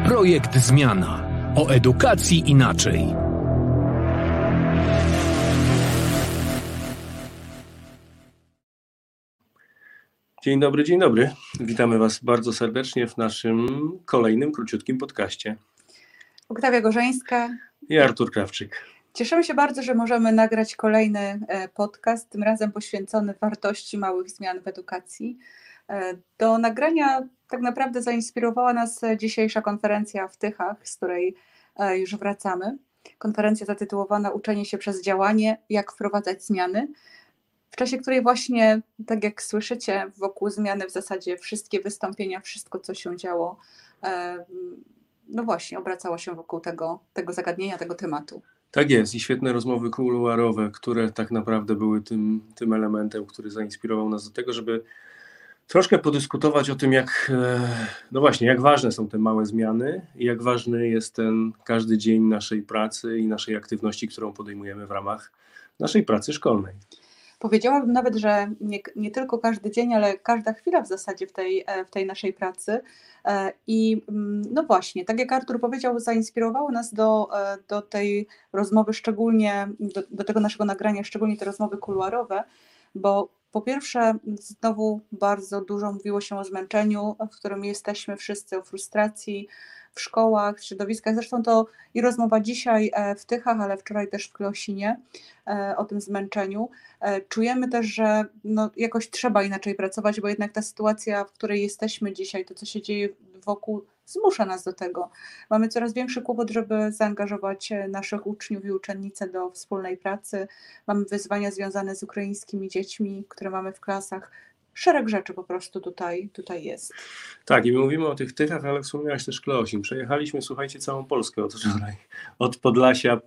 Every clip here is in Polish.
Projekt Zmiana. O edukacji inaczej. Dzień dobry, dzień dobry. Witamy Was bardzo serdecznie w naszym kolejnym króciutkim podcaście. Oktawia Gorzeńska I Artur Krawczyk. Cieszymy się bardzo, że możemy nagrać kolejny podcast, tym razem poświęcony wartości małych zmian w edukacji. Do nagrania tak naprawdę zainspirowała nas dzisiejsza konferencja w Tychach, z której już wracamy. Konferencja zatytułowana Uczenie się przez działanie, jak wprowadzać zmiany, w czasie której właśnie, tak jak słyszycie, wokół zmiany w zasadzie wszystkie wystąpienia, wszystko co się działo, no właśnie obracało się wokół tego zagadnienia, tego tematu. Tak jest i świetne rozmowy kuluarowe, które tak naprawdę były tym elementem, który zainspirował nas do tego, żeby troszkę podyskutować o tym, jak ważne są te małe zmiany i jak ważny jest ten każdy dzień naszej pracy i naszej aktywności, którą podejmujemy w ramach naszej pracy szkolnej. Powiedziałabym nawet, że nie tylko każdy dzień, ale każda chwila w zasadzie w tej naszej pracy. I no właśnie, tak jak Artur powiedział, zainspirowało nas do tej rozmowy, szczególnie do tego naszego nagrania, szczególnie te rozmowy kuluarowe, bo po pierwsze znowu bardzo dużo mówiło się o zmęczeniu, w którym jesteśmy wszyscy, o frustracji w szkołach, w środowiskach. Zresztą to i rozmowa dzisiaj w Tychach, ale wczoraj też w Kleosinie o tym zmęczeniu. Czujemy też, że jakoś trzeba inaczej pracować, bo jednak ta sytuacja, w której jesteśmy dzisiaj, to co się dzieje wokół, zmusza nas do tego. Mamy coraz większy kłopot, żeby zaangażować naszych uczniów i uczennice do wspólnej pracy. Mamy wyzwania związane z ukraińskimi dziećmi, które mamy w klasach. Szereg rzeczy po prostu tutaj jest. Tak, i my mówimy o tych Tychach, ale wspomniałaś też Kleosin. Przejechaliśmy, słuchajcie, całą Polskę od wczoraj. Od Podlasia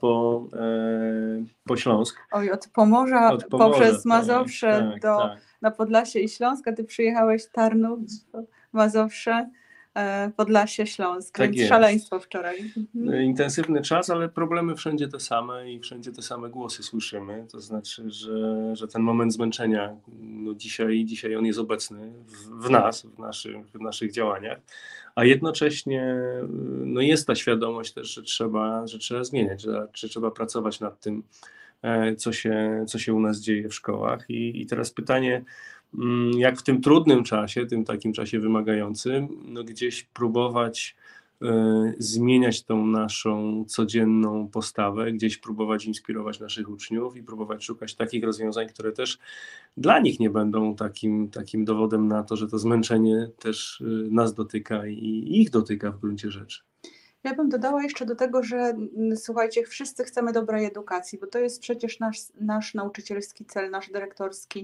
po Śląsk. Oj, od Pomorza poprzez Mazowsze na Podlasie i Śląsk, a ty przyjechałeś Tarnów, Mazowsze, Podlasie, Śląsk, tak więc jest. Szaleństwo wczoraj. Intensywny czas, ale problemy wszędzie te same i wszędzie te same głosy słyszymy. To znaczy, że ten moment zmęczenia, dzisiaj on jest obecny w nas, w naszych działaniach, a jednocześnie jest ta świadomość też, że trzeba zmieniać, że trzeba pracować nad tym, co się u nas dzieje w szkołach. I teraz pytanie, jak w tym trudnym czasie, tym takim czasie wymagającym, gdzieś próbować zmieniać tą naszą codzienną postawę, gdzieś próbować inspirować naszych uczniów i próbować szukać takich rozwiązań, które też dla nich nie będą takim dowodem na to, że to zmęczenie też nas dotyka i ich dotyka w gruncie rzeczy. Ja bym dodała jeszcze do tego, że słuchajcie, wszyscy chcemy dobrej edukacji, bo to jest przecież nasz nauczycielski cel, nasz dyrektorski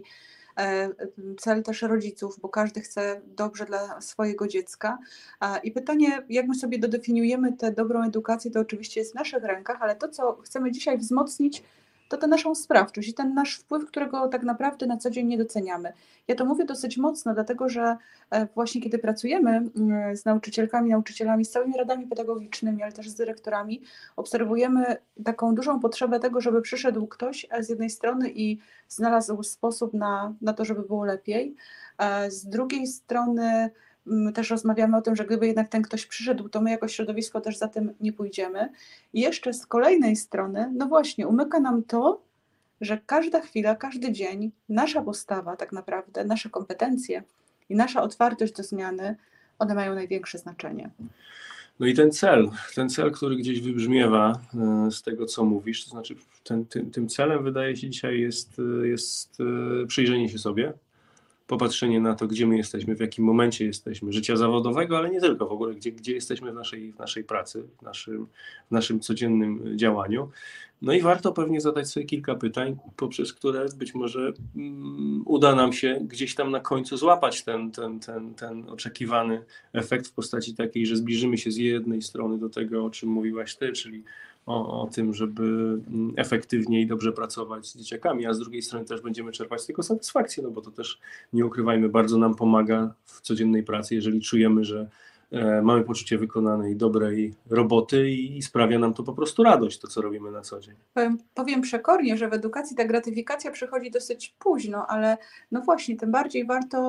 cel też rodziców, bo każdy chce dobrze dla swojego dziecka. I pytanie, jak my sobie dodefiniujemy tę dobrą edukację, to oczywiście jest w naszych rękach, ale to, co chcemy dzisiaj wzmocnić, to tę naszą sprawczość i ten nasz wpływ, którego tak naprawdę na co dzień nie doceniamy. Ja to mówię dosyć mocno, dlatego że właśnie kiedy pracujemy z nauczycielkami, nauczycielami, z całymi radami pedagogicznymi, ale też z dyrektorami, obserwujemy taką dużą potrzebę tego, żeby przyszedł ktoś z jednej strony i znalazł sposób na to, żeby było lepiej. Z drugiej strony też rozmawiamy o tym, że gdyby jednak ten ktoś przyszedł, to my jako środowisko też za tym nie pójdziemy. I jeszcze z kolejnej strony, no właśnie, umyka nam to, że każda chwila, każdy dzień, nasza postawa tak naprawdę, nasze kompetencje i nasza otwartość do zmiany, one mają największe znaczenie. No i ten cel, który gdzieś wybrzmiewa z tego, co mówisz, to znaczy tym celem wydaje się dzisiaj jest przyjrzenie się sobie, popatrzenie na to, gdzie my jesteśmy, w jakim momencie jesteśmy życia zawodowego, ale nie tylko, w ogóle gdzie jesteśmy w naszej pracy, w naszym codziennym działaniu. No i warto pewnie zadać sobie kilka pytań, poprzez które być może uda nam się gdzieś tam na końcu złapać ten oczekiwany efekt w postaci takiej, że zbliżymy się z jednej strony do tego, o czym mówiłaś ty, czyli o tym, żeby efektywnie i dobrze pracować z dzieciakami, a z drugiej strony też będziemy czerpać z tego satysfakcję, no bo to też, nie ukrywajmy, bardzo nam pomaga w codziennej pracy, jeżeli czujemy, mamy poczucie wykonanej, dobrej roboty i sprawia nam to po prostu radość, to co robimy na co dzień. Powiem przekornie, że w edukacji ta gratyfikacja przychodzi dosyć późno, ale no właśnie, tym bardziej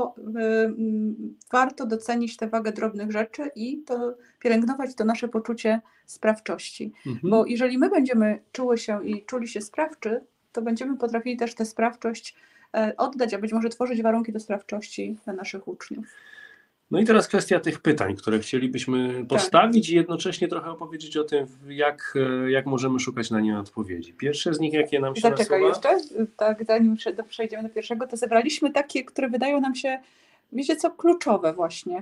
warto docenić tę wagę drobnych rzeczy i to pielęgnować to nasze poczucie sprawczości. Bo jeżeli my będziemy czuli się sprawczy, to będziemy potrafili też tę sprawczość oddać, a być może tworzyć warunki do sprawczości dla naszych uczniów. No i teraz kwestia tych pytań, które chcielibyśmy postawić i jednocześnie trochę opowiedzieć o tym, jak możemy szukać na nie odpowiedzi. Pierwsze z nich, jakie nam się Zaczekaj nasuwa? jeszcze, tak, zanim przejdziemy do pierwszego, to zebraliśmy takie, które wydają nam się, wiecie co, kluczowe właśnie.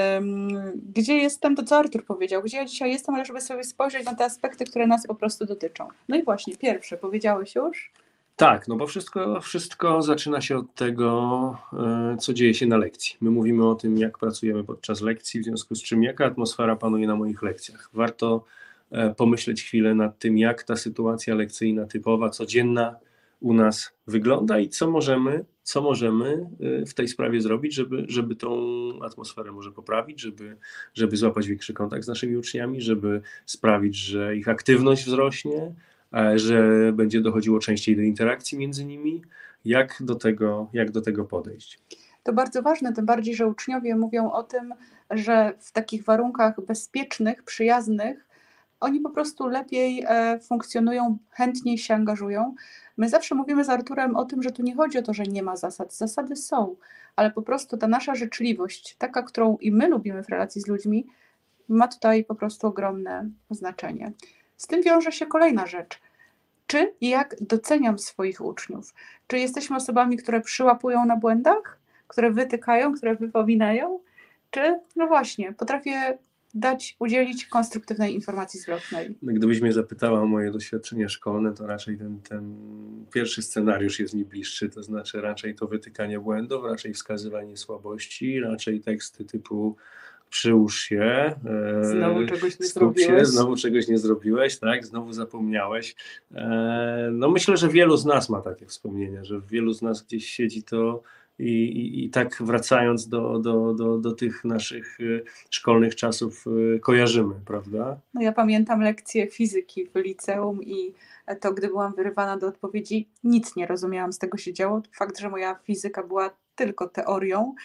Gdzie jestem, to co Artur powiedział, gdzie ja dzisiaj jestem, ale żeby sobie spojrzeć na te aspekty, które nas po prostu dotyczą. No i właśnie, pierwsze, powiedziałeś już? Tak, no bo wszystko zaczyna się od tego, co dzieje się na lekcji. My mówimy o tym, jak pracujemy podczas lekcji, w związku z czym jaka atmosfera panuje na moich lekcjach. Warto pomyśleć chwilę nad tym, jak ta sytuacja lekcyjna typowa, codzienna u nas wygląda i co możemy w tej sprawie zrobić, żeby tą atmosferę może poprawić, żeby złapać większy kontakt z naszymi uczniami, żeby sprawić, że ich aktywność wzrośnie, że będzie dochodziło częściej do interakcji między nimi. Jak do tego podejść? To bardzo ważne, tym bardziej, że uczniowie mówią o tym, że w takich warunkach bezpiecznych, przyjaznych, oni po prostu lepiej funkcjonują, chętniej się angażują. My zawsze mówimy z Arturem o tym, że tu nie chodzi o to, że nie ma zasad. Zasady są, ale po prostu ta nasza życzliwość, taka, którą i my lubimy w relacji z ludźmi, ma tutaj po prostu ogromne znaczenie. Z tym wiąże się kolejna rzecz. Czy i jak doceniam swoich uczniów? Czy jesteśmy osobami, które przyłapują na błędach, które wytykają, które wypominają? Czy, no właśnie, potrafię udzielić konstruktywnej informacji zwrotnej? Gdybyś mnie zapytała o moje doświadczenia szkolne, to raczej ten pierwszy scenariusz jest mi bliższy, to znaczy raczej to wytykanie błędów, raczej wskazywanie słabości, raczej teksty typu przyłóż się, Znowu czegoś nie skup zrobiłeś. się, znowu czegoś nie zrobiłeś, tak? Znowu zapomniałeś. No myślę, że wielu z nas ma takie wspomnienia, że wielu z nas gdzieś siedzi to i tak wracając do tych naszych szkolnych czasów kojarzymy, prawda? No ja pamiętam lekcje fizyki w liceum i to, gdy byłam wyrywana do odpowiedzi, nic nie rozumiałam z tego się działo. Fakt, że moja fizyka była tylko teorią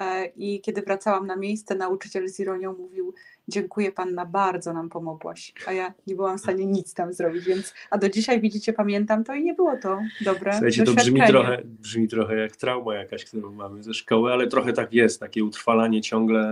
i kiedy wracałam na miejsce, nauczyciel z ironią mówił: dziękuję Panna, bardzo nam pomogłaś, a ja nie byłam w stanie nic tam zrobić, a do dzisiaj widzicie, pamiętam to i nie było to dobre. Słuchajcie, to doświadczenie. brzmi trochę jak trauma jakaś, którą mamy ze szkoły, ale trochę tak jest, takie utrwalanie ciągle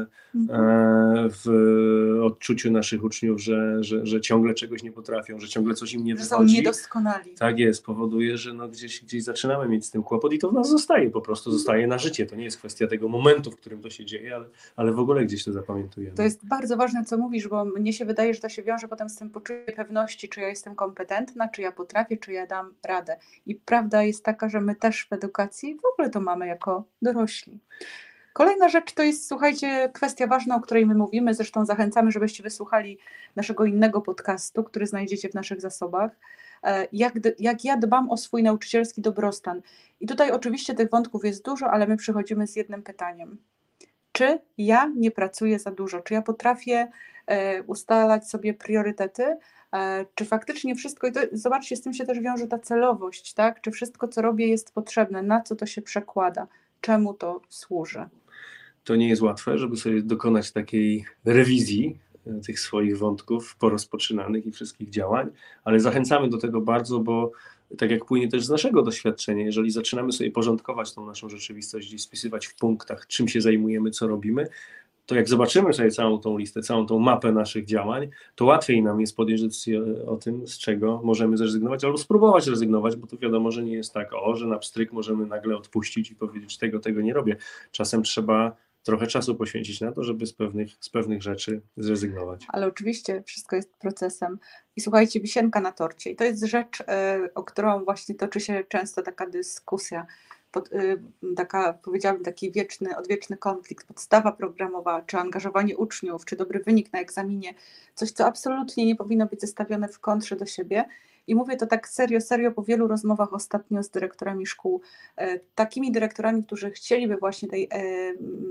w odczuciu naszych uczniów, że ciągle czegoś nie potrafią, że ciągle coś im nie wychodzi. Że są niedoskonali. Tak jest, powoduje, że no gdzieś zaczynamy mieć z tym kłopot i to w nas zostaje, po prostu zostaje na życie. To nie jest kwestia tego momentu, w którym to się dzieje, ale w ogóle gdzieś to zapamiętujemy. To jest bardzo ważne, co mówisz, bo mnie się wydaje, że to się wiąże potem z tym poczuciem pewności, czy ja jestem kompetentna, czy ja potrafię, czy ja dam radę. I prawda jest taka, że my też w edukacji w ogóle to mamy jako dorośli. Kolejna rzecz to jest, słuchajcie, kwestia ważna, o której my mówimy, zresztą zachęcamy, żebyście wysłuchali naszego innego podcastu, który znajdziecie w naszych zasobach. Jak ja dbam o swój nauczycielski dobrostan. I tutaj oczywiście tych wątków jest dużo, ale my przychodzimy z jednym pytaniem. Czy ja nie pracuję za dużo? Czy ja potrafię ustalać sobie priorytety? Czy faktycznie wszystko, i to, zobaczcie, z tym się też wiąże ta celowość, tak? Czy wszystko, co robię, jest potrzebne? Na co to się przekłada? Czemu to służy? To nie jest łatwe, żeby sobie dokonać takiej rewizji tych swoich wątków porozpoczynanych i wszystkich działań, ale zachęcamy do tego bardzo, bo tak jak płynie też z naszego doświadczenia, jeżeli zaczynamy sobie porządkować tą naszą rzeczywistość i spisywać w punktach, czym się zajmujemy, co robimy, to jak zobaczymy sobie całą tą listę, całą tą mapę naszych działań, to łatwiej nam jest podjąć decyzję o tym, z czego możemy zrezygnować albo spróbować rezygnować, bo to wiadomo, że nie jest tak, że na pstryk możemy nagle odpuścić i powiedzieć, tego nie robię. Czasem trzeba trochę czasu poświęcić na to, żeby z pewnych rzeczy zrezygnować. Ale oczywiście wszystko jest procesem. I słuchajcie, wisienka na torcie. I to jest rzecz, o którą właśnie toczy się często taka dyskusja, powiedziałabym taki odwieczny konflikt, podstawa programowa, czy angażowanie uczniów, czy dobry wynik na egzaminie, coś, co absolutnie nie powinno być zestawione w kontrze do siebie. I mówię to tak serio po wielu rozmowach ostatnio z dyrektorami szkół, takimi dyrektorami, którzy chcieliby właśnie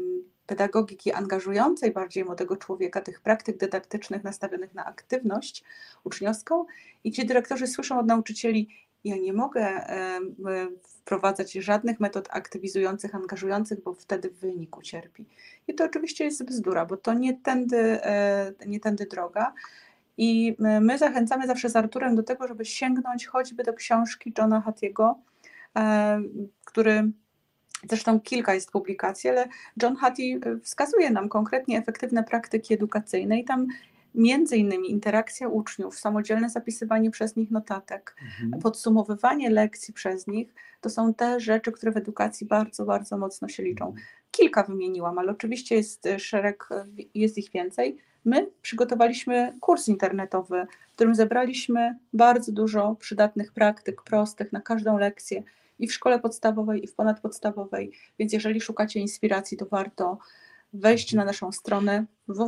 pedagogiki angażującej bardziej młodego człowieka, tych praktyk dydaktycznych nastawionych na aktywność uczniowską i ci dyrektorzy słyszą od nauczycieli: ja nie mogę wprowadzać żadnych metod aktywizujących, angażujących, bo wtedy wynik ucierpi. I to oczywiście jest bzdura, bo to nie tędy droga. I my zachęcamy zawsze z Arturem do tego, żeby sięgnąć choćby do książki Johna Hattie'ego, który zresztą kilka jest publikacji, ale John Hattie wskazuje nam konkretnie efektywne praktyki edukacyjne i tam między innymi interakcja uczniów, samodzielne zapisywanie przez nich notatek, podsumowywanie lekcji przez nich, to są te rzeczy, które w edukacji bardzo, bardzo mocno się liczą. Kilka wymieniłam, ale oczywiście jest ich więcej. My przygotowaliśmy kurs internetowy, w którym zebraliśmy bardzo dużo przydatnych praktyk, prostych na każdą lekcję i w szkole podstawowej, i w ponadpodstawowej, więc jeżeli szukacie inspiracji, to warto wejść na naszą stronę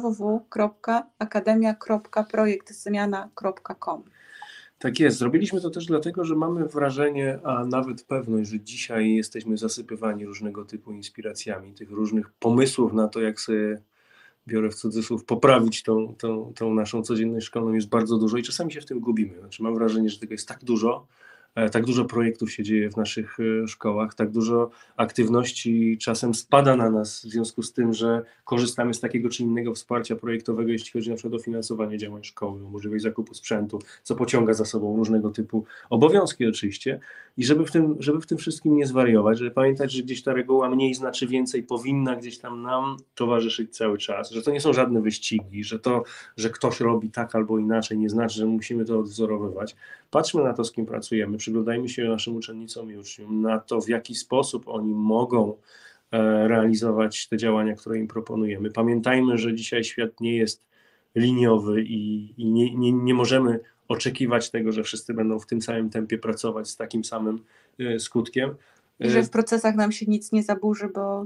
www.akademia.projektzmiana.com. Tak jest. Zrobiliśmy to też dlatego, że mamy wrażenie, a nawet pewność, że dzisiaj jesteśmy zasypywani różnego typu inspiracjami, tych różnych pomysłów na to, jak sobie, biorę w cudzysłów, poprawić tą naszą codzienność szkolną jest bardzo dużo i czasami się w tym gubimy. Znaczy, mam wrażenie, że tego jest tak dużo projektów się dzieje w naszych szkołach, tak dużo aktywności czasem spada na nas w związku z tym, że korzystamy z takiego czy innego wsparcia projektowego, jeśli chodzi na przykład o finansowanie działań szkoły, o możliwość zakupu sprzętu, co pociąga za sobą różnego typu obowiązki oczywiście i żeby w tym wszystkim nie zwariować, żeby pamiętać, że gdzieś ta reguła mniej znaczy więcej powinna gdzieś tam nam towarzyszyć cały czas, że to nie są żadne wyścigi, że to, że ktoś robi tak albo inaczej nie znaczy, że musimy to odwzorowywać. Patrzmy na to, z kim pracujemy, przyglądajmy się naszym uczennicom i uczniom, na to, w jaki sposób oni mogą realizować te działania, które im proponujemy. Pamiętajmy, że dzisiaj świat nie jest liniowy i nie możemy oczekiwać tego, że wszyscy będą w tym samym tempie pracować z takim samym skutkiem. I że w procesach nam się nic nie zaburzy, bo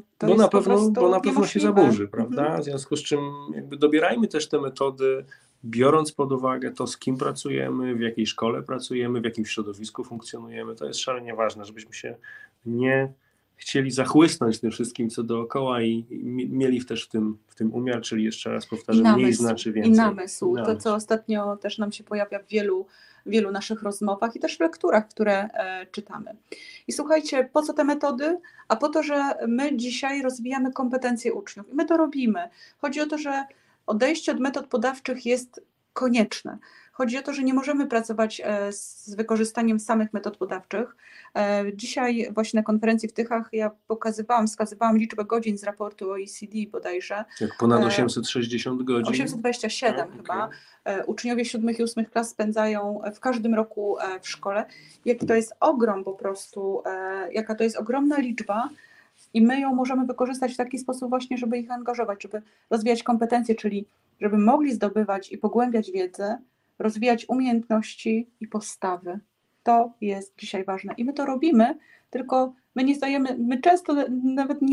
na pewno się zaburzy, prawda? W związku z czym jakby dobierajmy też te metody, biorąc pod uwagę to, z kim pracujemy, w jakiej szkole pracujemy, w jakim środowisku funkcjonujemy. To jest szalenie ważne, żebyśmy się nie chcieli zachłysnąć tym wszystkim, co dookoła i mieli też w tym umiar, czyli jeszcze raz powtarzam, mniej znaczy więcej. I namysł. To, co ostatnio też nam się pojawia w wielu naszych rozmowach i też w lekturach, które czytamy. I słuchajcie, po co te metody? A po to, że my dzisiaj rozwijamy kompetencje uczniów i my to robimy. Chodzi o to, że odejście od metod podawczych jest konieczne. Chodzi o to, że nie możemy pracować z wykorzystaniem samych metod podawczych. Dzisiaj właśnie na konferencji w Tychach ja wskazywałam liczbę godzin z raportu OECD bodajże. Jak ponad 860 godzin? 827 chyba. Uczniowie 7. i 8. klas spędzają w każdym roku w szkole. Jaki to jest ogrom po prostu, jaka to jest ogromna liczba. I my ją możemy wykorzystać w taki sposób właśnie, żeby ich angażować, żeby rozwijać kompetencje, czyli żeby mogli zdobywać i pogłębiać wiedzę, rozwijać umiejętności i postawy. To jest dzisiaj ważne. I my to robimy, tylko my często nawet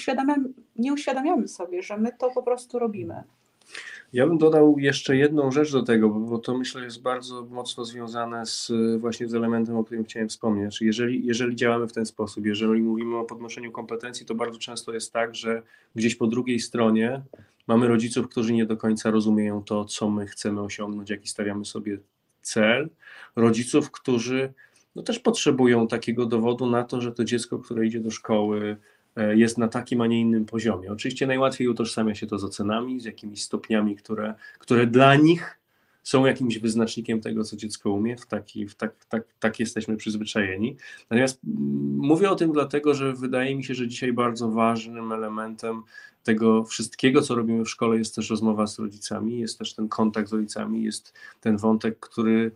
nie uświadamiamy sobie, że my to po prostu robimy. Ja bym dodał jeszcze jedną rzecz do tego, bo to myślę jest bardzo mocno związane właśnie z elementem, o którym chciałem wspomnieć. Jeżeli działamy w ten sposób, jeżeli mówimy o podnoszeniu kompetencji, to bardzo często jest tak, że gdzieś po drugiej stronie mamy rodziców, którzy nie do końca rozumieją to, co my chcemy osiągnąć, jaki stawiamy sobie cel. Rodziców, którzy też potrzebują takiego dowodu na to, że to dziecko, które idzie do szkoły, jest na takim, a nie innym poziomie. Oczywiście najłatwiej utożsamia się to z ocenami, z jakimiś stopniami, które dla nich są jakimś wyznacznikiem tego, co dziecko umie. Tak jesteśmy przyzwyczajeni. Natomiast mówię o tym dlatego, że wydaje mi się, że dzisiaj bardzo ważnym elementem tego wszystkiego, co robimy w szkole, jest też rozmowa z rodzicami, jest też ten kontakt z rodzicami, jest ten wątek, który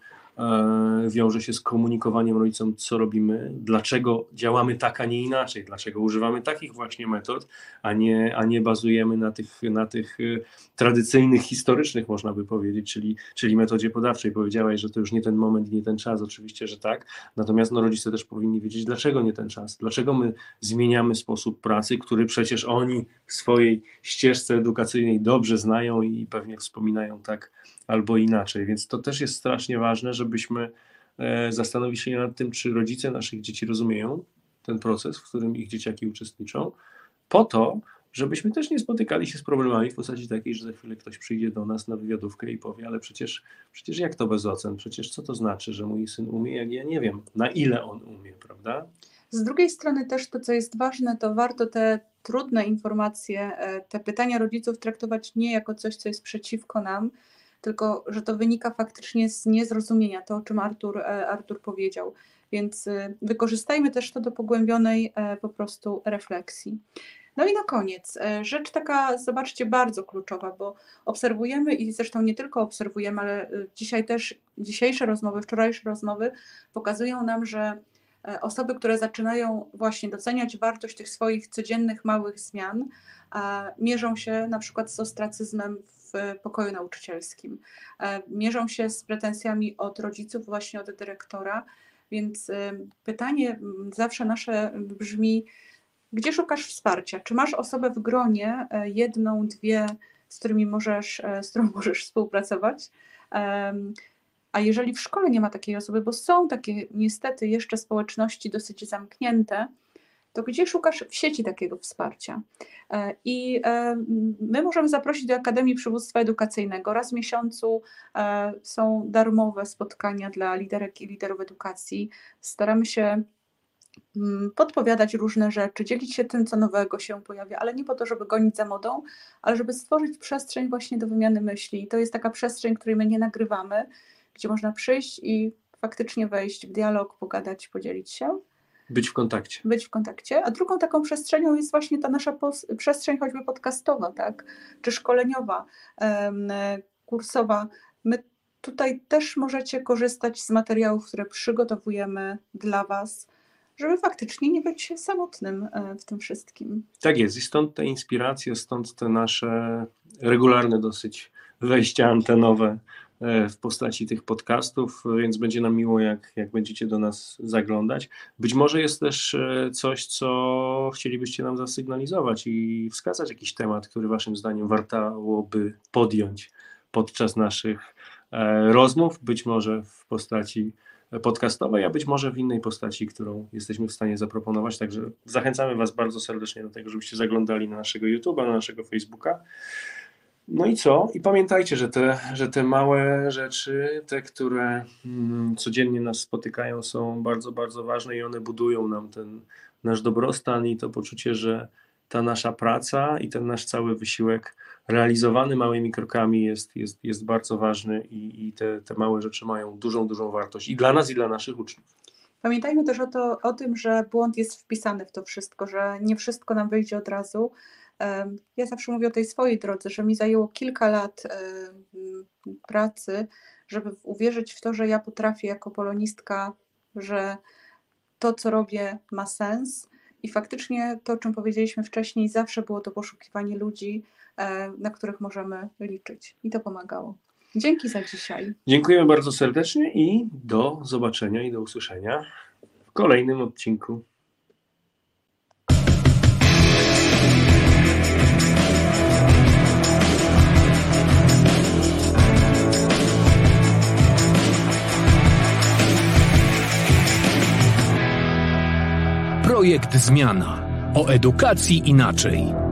wiąże się z komunikowaniem rodzicom, co robimy, dlaczego działamy tak, a nie inaczej, dlaczego używamy takich właśnie metod, a nie bazujemy na tych tradycyjnych, historycznych, można by powiedzieć, czyli metodzie podawczej. Powiedziałaś, że to już nie ten moment i nie ten czas, oczywiście, że tak, natomiast rodzice też powinni wiedzieć, dlaczego nie ten czas, dlaczego my zmieniamy sposób pracy, który przecież oni w swojej ścieżce edukacyjnej dobrze znają i pewnie wspominają tak albo inaczej, więc to też jest strasznie ważne, żebyśmy zastanowili się nad tym, czy rodzice naszych dzieci rozumieją ten proces, w którym ich dzieciaki uczestniczą, po to, żebyśmy też nie spotykali się z problemami w postaci takiej, że za chwilę ktoś przyjdzie do nas na wywiadówkę i powie, ale przecież jak to bez ocen? Przecież co to znaczy, że mój syn umie, jak ja nie wiem, na ile on umie, prawda? Z drugiej strony też to, co jest ważne, to warto te trudne informacje, te pytania rodziców traktować nie jako coś, co jest przeciwko nam, tylko że to wynika faktycznie z niezrozumienia, to o czym Artur powiedział. Więc wykorzystajmy też to do pogłębionej po prostu refleksji. No i na koniec, rzecz taka, zobaczcie, bardzo kluczowa, bo obserwujemy i zresztą nie tylko obserwujemy, ale dzisiejsze rozmowy, wczorajsze rozmowy pokazują nam, że osoby, które zaczynają właśnie doceniać wartość tych swoich codziennych małych zmian, mierzą się na przykład z ostracyzmem w pokoju nauczycielskim, mierzą się z pretensjami od rodziców, właśnie od dyrektora, więc pytanie zawsze nasze brzmi, gdzie szukasz wsparcia? Czy masz osobę w gronie, jedną, dwie, z którą możesz współpracować? A jeżeli w szkole nie ma takiej osoby, bo są takie niestety jeszcze społeczności dosyć zamknięte, to gdzie szukasz w sieci takiego wsparcia? I my możemy zaprosić do Akademii Przywództwa Edukacyjnego. Raz w miesiącu są darmowe spotkania dla liderek i liderów edukacji. Staramy się podpowiadać różne rzeczy, dzielić się tym, co nowego się pojawia, ale nie po to, żeby gonić za modą, ale żeby stworzyć przestrzeń właśnie do wymiany myśli. I to jest taka przestrzeń, której my nie nagrywamy, gdzie można przyjść i faktycznie wejść w dialog, pogadać, podzielić się. Być w kontakcie. A drugą taką przestrzenią jest właśnie ta nasza przestrzeń choćby podcastowa, tak? Czy szkoleniowa, kursowa. My tutaj też możecie korzystać z materiałów, które przygotowujemy dla Was, żeby faktycznie nie być samotnym w tym wszystkim. Tak jest i stąd te inspiracje, stąd te nasze regularne dosyć wejścia antenowe w postaci tych podcastów, więc będzie nam miło, jak będziecie do nas zaglądać. Być może jest też coś, co chcielibyście nam zasygnalizować i wskazać jakiś temat, który waszym zdaniem wartałoby podjąć podczas naszych rozmów, być może w postaci podcastowej, a być może w innej postaci, którą jesteśmy w stanie zaproponować. Także zachęcamy was bardzo serdecznie do tego, żebyście zaglądali na naszego YouTube'a, na naszego Facebooka. No i co? I pamiętajcie, że te małe rzeczy, te, które codziennie nas spotykają, są bardzo, bardzo ważne i one budują nam ten nasz dobrostan i to poczucie, że ta nasza praca i ten nasz cały wysiłek realizowany małymi krokami jest bardzo ważny i te małe rzeczy mają dużą, dużą wartość i dla nas, i dla naszych uczniów. Pamiętajmy też o tym, że błąd jest wpisany w to wszystko, że nie wszystko nam wyjdzie od razu. Ja zawsze mówię o tej swojej drodze, że mi zajęło kilka lat pracy, żeby uwierzyć w to, że ja potrafię jako polonistka, że to, co robię, ma sens. I faktycznie to, o czym powiedzieliśmy wcześniej, zawsze było to poszukiwanie ludzi, na których możemy liczyć. I to pomagało. Dzięki za dzisiaj. Dziękujemy bardzo serdecznie i do zobaczenia i do usłyszenia w kolejnym odcinku. Projekt Zmiana. O edukacji inaczej.